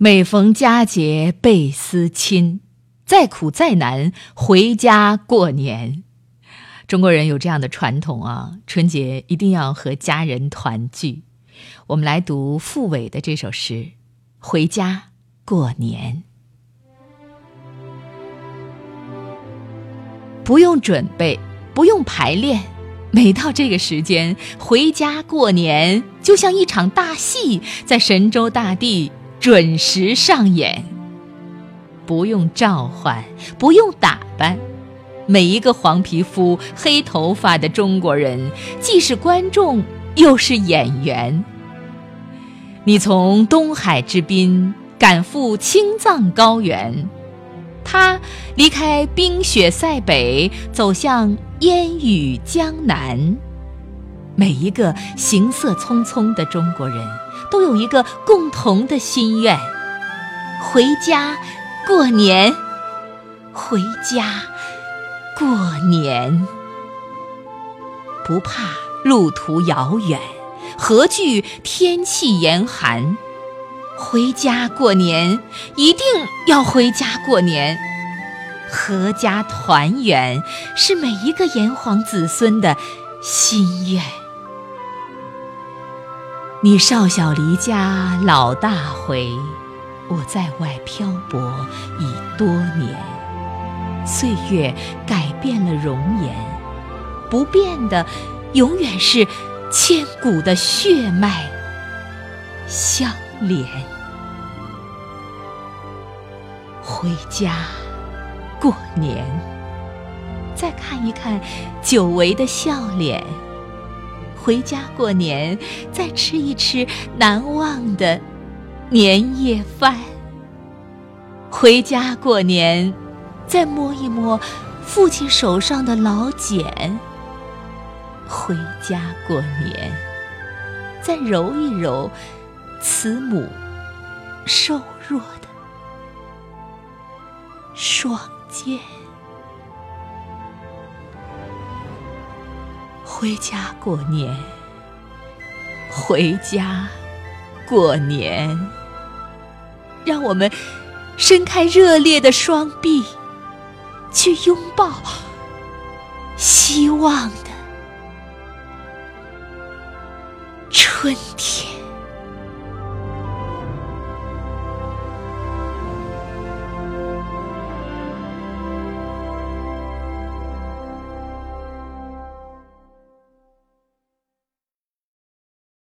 每逢佳节倍思亲，再苦再难回家过年。中国人有这样的传统啊，春节一定要和家人团聚。我们来读傅伟的这首诗《回家过年》。不用准备，不用排练，每到这个时间，回家过年就像一场大戏，在神州大地准时上演。不用召唤，不用打扮，每一个黄皮肤黑头发的中国人既是观众又是演员。你从东海之滨赶赴青藏高原，他离开冰雪塞北，走向烟雨江南。每一个行色匆匆的中国人都有一个共同的心愿：回家过年，回家过年。不怕路途遥远，何惧天气严寒，回家过年，一定要回家过年。阖家团圆是每一个炎黄子孙的心愿。你少小离家老大回，我在外漂泊已多年。岁月改变了容颜，不变的永远是千古的血脉相连。回家过年，再看一看久违的笑脸。回家过年，再吃一吃难忘的年夜饭。回家过年，再摸一摸父亲手上的老茧。回家过年，再揉一揉慈母瘦弱的双肩。回家过年，回家过年，让我们伸开热烈的双臂，去拥抱希望的春天。